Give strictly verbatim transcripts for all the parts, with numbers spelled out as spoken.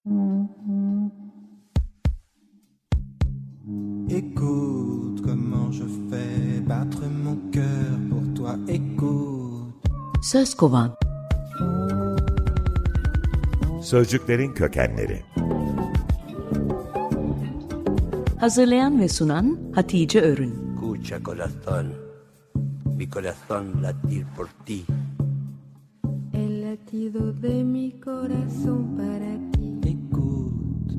Écoute comment je fais battre mon cœur pour toi, écoute. Söz kovan. Sözcüklerin kökenleri. Hazırlayan ve sunan Hatice Örün. Escucha corazón, mi corazón latir por ti. El latido de mi corazón para ti. Écoute.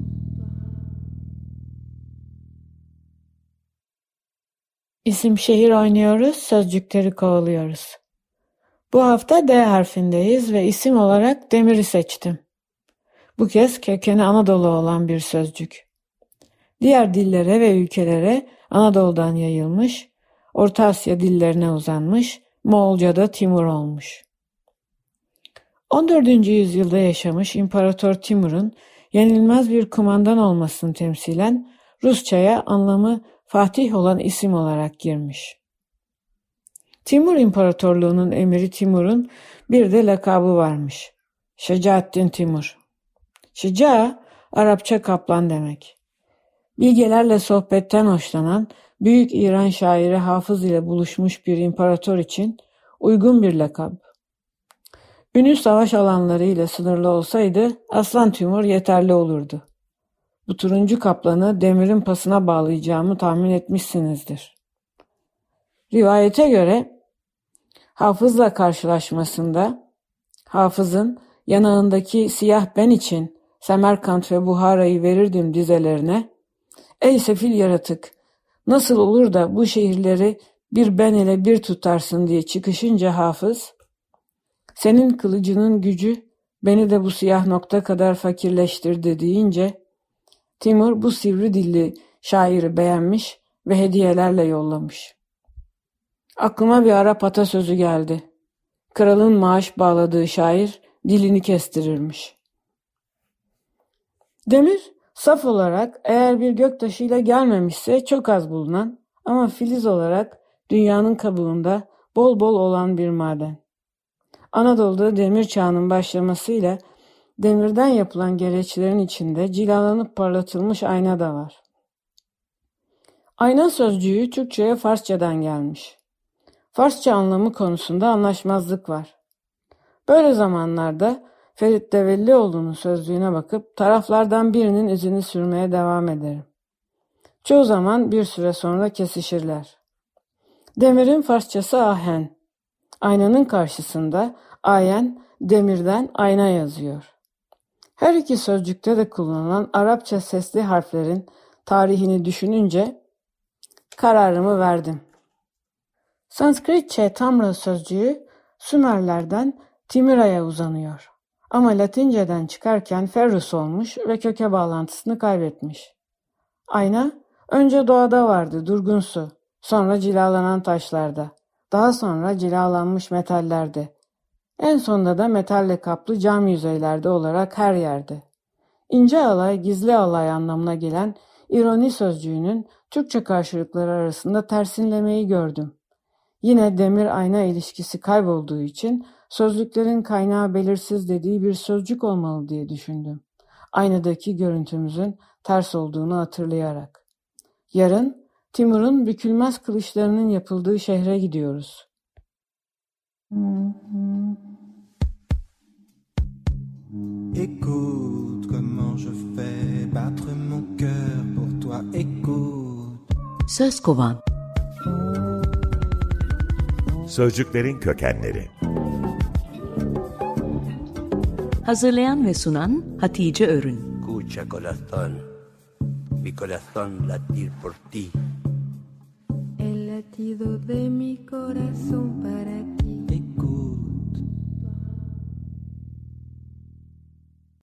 İsim şehir oynuyoruz, sözcükleri kovalıyoruz. Bu hafta D harfindeyiz ve isim olarak demiri seçtim. Bu kez kökeni Anadolu olan bir sözcük. Diğer dillere ve ülkelere Anadolu'dan yayılmış, Orta Asya dillerine uzanmış, Moğolca'da Timur olmuş. on dördüncü yüzyılda yaşamış İmparator Timur'un yenilmez bir kumandan olmasını temsilen Rusça'ya anlamı Fatih olan isim olarak girmiş. Timur İmparatorluğu'nun emiri Timur'un bir de lakabı varmış. Şecaettin Timur. Şeca, Arapça kaplan demek. Bilgelerle sohbetten hoşlanan büyük İran şairi Hafız ile buluşmuş bir imparator için uygun bir lakap. Ünlü savaş alanları ile sınırlı olsaydı Aslan Timur yeterli olurdu. Bu turuncu kaplanı demirin pasına bağlayacağımı tahmin etmişsinizdir. Rivayete göre Hafız'la karşılaşmasında Hafız'ın yanağındaki siyah ben için Semerkant ve Buhara'yı verirdim dizelerine, "Ey sefil yaratık, nasıl olur da bu şehirleri bir ben ile bir tutarsın?" diye çıkışınca Hafız, "Senin kılıcının gücü beni de bu siyah nokta kadar fakirleştirdi" deyince Timur bu sivri dilli şairi beğenmiş ve hediyelerle yollamış. Aklıma bir Arap atasözü geldi. Kralın maaş bağladığı şair dilini kestirirmiş. Demir, saf olarak eğer bir göktaşıyla gelmemişse çok az bulunan ama filiz olarak dünyanın kabuğunda bol bol olan bir maden. Anadolu'da demir çağının başlamasıyla demirden yapılan gereçlerin içinde cilalanıp parlatılmış ayna da var. Ayna sözcüğü Türkçe'ye Farsçadan gelmiş. Farsça anlamı konusunda anlaşmazlık var. Böyle zamanlarda Ferit Devellioğlu'nun sözlüğüne bakıp taraflardan birinin izini sürmeye devam ederim. Çoğu zaman bir süre sonra kesişirler. Demirin Farsçası ahen. Aynanın karşısında ayen demirden ayna yazıyor. Her iki sözcükte de kullanılan Arapça sesli harflerin tarihini düşününce kararımı verdim. Sanskritçe Tamra sözcüğü Sümerlerden Timira'ya uzanıyor. Ama Latinceden çıkarken ferrus olmuş ve köke bağlantısını kaybetmiş. Ayna önce doğada vardı, durgun su, sonra cilalanan taşlarda, daha sonra cilalanmış metallerde, en sonunda da metalle kaplı cam yüzeylerde olarak her yerde. İnce alay, gizli alay anlamına gelen ironi sözcüğünün Türkçe karşılıkları arasında tersinlemeyi gördüm. Yine demir-ayna ilişkisi kaybolduğu için sözlüklerin kaynağı belirsiz dediği bir sözcük olmalı diye düşündüm. Aynadaki görüntümüzün ters olduğunu hatırlayarak. Yarın Timur'un bükülmez kılıçlarının yapıldığı şehre gidiyoruz. Écoute comment je fais battre mon cœur pour toi, écoute. Söz kovan. Sözcüklerin kökenleri. Hazırlayan ve sunan Hatice Örün. Escucha corazón, mi corazón latir por ti. El latido de mi corazón para ti.